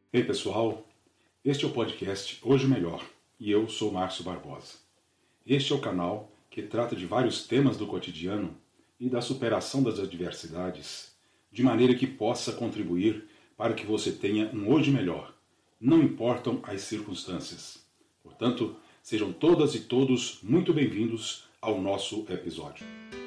Ei pessoal, este é o podcast Hoje Melhor e eu sou Márcio Barbosa. Este é o canal que trata de vários temas do cotidiano e da superação das adversidades, de maneira que possa contribuir para que você tenha um hoje melhor, não importam as circunstâncias. Portanto, sejam todas e todos muito bem-vindos ao nosso episódio.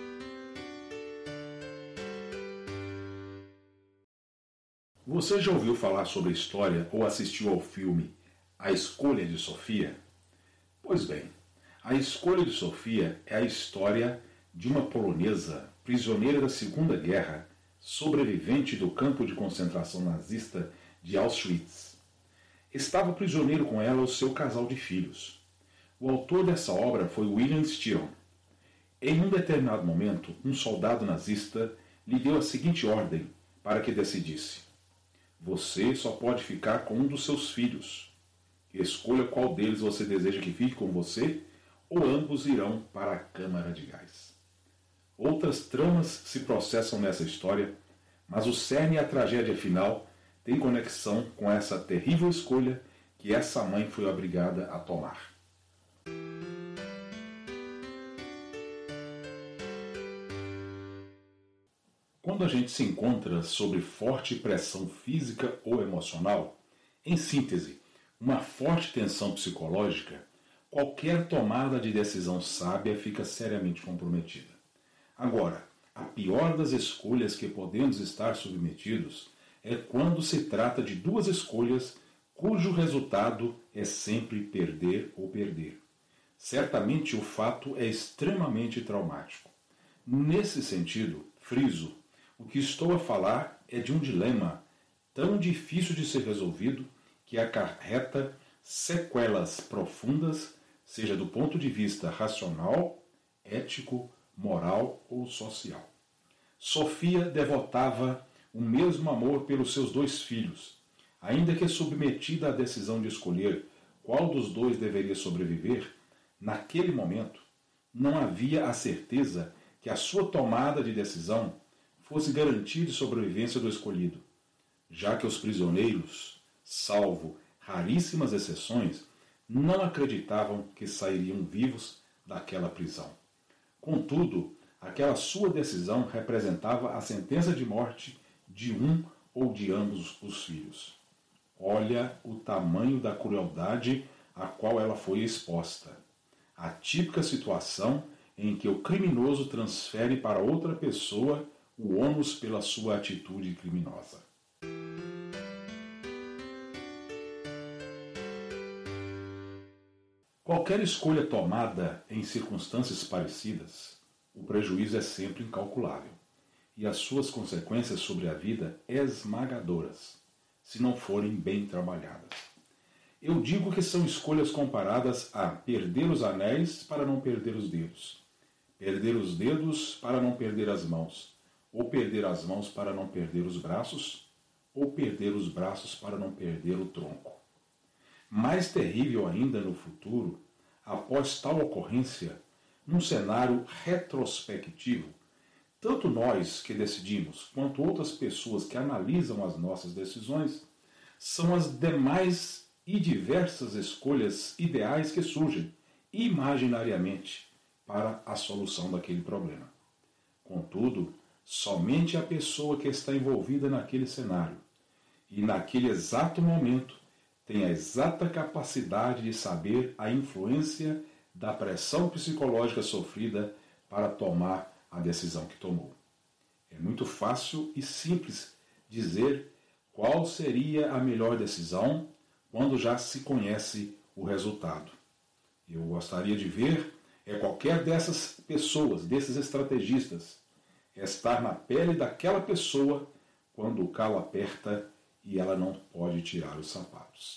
Você já ouviu falar sobre a história ou assistiu ao filme A Escolha de Sofia? Pois bem, A Escolha de Sofia é a história de uma polonesa prisioneira da Segunda Guerra, sobrevivente do campo de concentração nazista de Auschwitz. Estava prisioneiro com ela o seu casal de filhos. O autor dessa obra foi William Styron. Em um determinado momento, um soldado nazista lhe deu a seguinte ordem para que decidisse: você só pode ficar com um dos seus filhos. Escolha qual deles você deseja que fique com você, ou ambos irão para a câmara de gás. Outras tramas se processam nessa história, mas o cerne e a tragédia final têm conexão com essa terrível escolha que essa mãe foi obrigada a tomar. Quando a gente se encontra sob forte pressão física ou emocional, em síntese, uma forte tensão psicológica, qualquer tomada de decisão sábia fica seriamente comprometida. Agora, a pior das escolhas que podemos estar submetidos é quando se trata de duas escolhas cujo resultado é sempre perder ou perder. Certamente o fato é extremamente traumático. Nesse sentido, friso, o que estou a falar é de um dilema tão difícil de ser resolvido que acarreta sequelas profundas, seja do ponto de vista racional, ético, moral ou social. Sofia devotava o mesmo amor pelos seus dois filhos, ainda que submetida à decisão de escolher qual dos dois deveria sobreviver, naquele momento não havia a certeza que a sua tomada de decisão fosse garantia de sobrevivência do escolhido, já que os prisioneiros, salvo raríssimas exceções, não acreditavam que sairiam vivos daquela prisão. Contudo, aquela sua decisão representava a sentença de morte de um ou de ambos os filhos. Olha o tamanho da crueldade a qual ela foi exposta. A típica situação em que o criminoso transfere para outra pessoa o ônus pela sua atitude criminosa. Qualquer escolha tomada em circunstâncias parecidas, o prejuízo é sempre incalculável, e as suas consequências sobre a vida esmagadoras, se não forem bem trabalhadas. Eu digo que são escolhas comparadas a perder os anéis para não perder os dedos, perder os dedos para não perder as mãos, ou perder as mãos para não perder os braços, ou perder os braços para não perder o tronco. Mais terrível ainda no futuro, após tal ocorrência, num cenário retrospectivo, tanto nós que decidimos, quanto outras pessoas que analisam as nossas decisões, são as demais e diversas escolhas ideais que surgem imaginariamente para a solução daquele problema. Contudo, somente a pessoa que está envolvida naquele cenário e naquele exato momento tem a exata capacidade de saber a influência da pressão psicológica sofrida para tomar a decisão que tomou. É muito fácil e simples dizer qual seria a melhor decisão quando já se conhece o resultado. Eu gostaria de ver qualquer dessas pessoas, desses estrategistas, estar na pele daquela pessoa quando o calo aperta e ela não pode tirar os sapatos.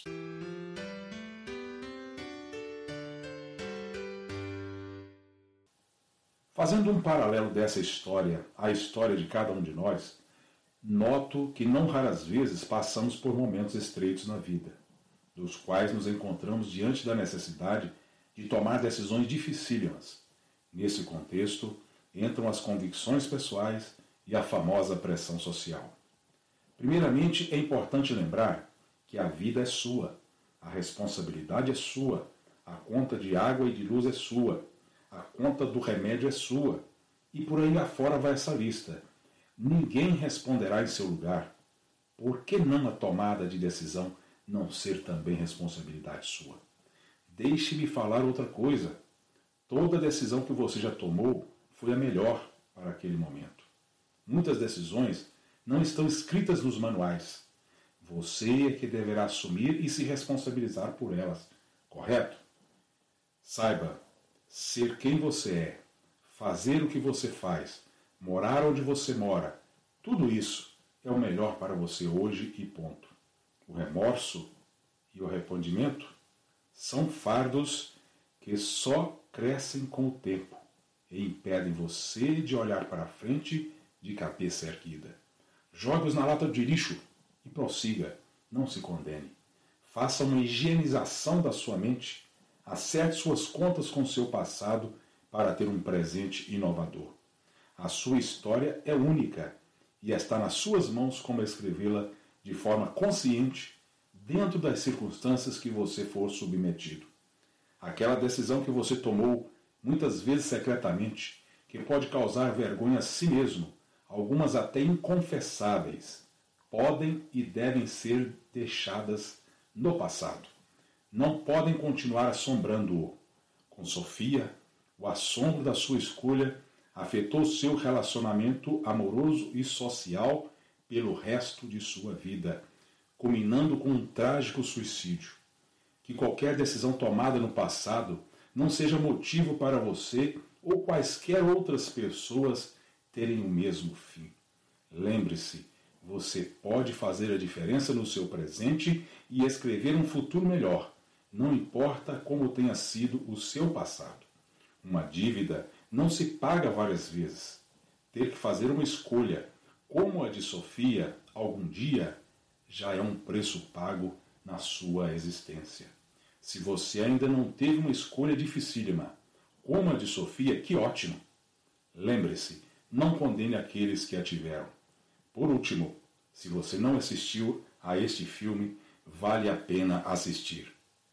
Fazendo um paralelo dessa história à história de cada um de nós, noto que não raras vezes passamos por momentos estreitos na vida, dos quais nos encontramos diante da necessidade de tomar decisões dificílimas. Nesse contexto, entram as convicções pessoais e a famosa pressão social. Primeiramente, é importante lembrar que a vida é sua, a responsabilidade é sua, a conta de água e de luz é sua, a conta do remédio é sua, e por aí afora vai essa lista. Ninguém responderá em seu lugar. Por que não a tomada de decisão não ser também responsabilidade sua? Deixe-me falar outra coisa. Toda decisão que você já tomou foi a melhor para aquele momento. Muitas decisões não estão escritas nos manuais. Você é que deverá assumir e se responsabilizar por elas, correto? Saiba, ser quem você é, fazer o que você faz, morar onde você mora, tudo isso é o melhor para você hoje e ponto. O remorso e o arrependimento são fardos que só crescem com o tempo e impedem você de olhar para frente de cabeça erguida. Jogue-os na lata de lixo e prossiga, não se condene. Faça uma higienização da sua mente, acerte suas contas com seu passado para ter um presente inovador. A sua história é única e está nas suas mãos como escrevê-la de forma consciente dentro das circunstâncias que você for submetido. Aquela decisão que você tomou, muitas vezes secretamente, que pode causar vergonha a si mesmo, algumas até inconfessáveis, podem e devem ser deixadas no passado. Não podem continuar assombrando-o. Com Sofia, o assombro da sua escolha afetou seu relacionamento amoroso e social pelo resto de sua vida, culminando com um trágico suicídio. Que qualquer decisão tomada no passado não seja motivo para você ou quaisquer outras pessoas terem o mesmo fim. Lembre-se, você pode fazer a diferença no seu presente e escrever um futuro melhor, não importa como tenha sido o seu passado. Uma dívida não se paga várias vezes. Ter que fazer uma escolha, como a de Sofia, algum dia, já é um preço pago na sua existência. Se você ainda não teve uma escolha dificílima, como a de Sofia, que ótimo! Lembre-se, não condene aqueles que a tiveram. Por último, se você não assistiu a este filme, vale a pena assistir.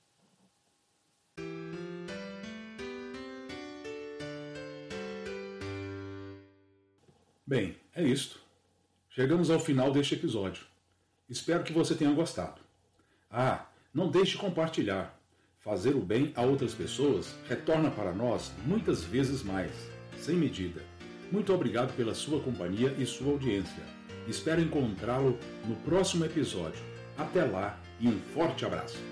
Bem, é isto. Chegamos ao final deste episódio. Espero que você tenha gostado. Não deixe de compartilhar. Fazer o bem a outras pessoas retorna para nós muitas vezes mais, sem medida. Muito obrigado pela sua companhia e sua audiência. Espero encontrá-lo no próximo episódio. Até lá e um forte abraço.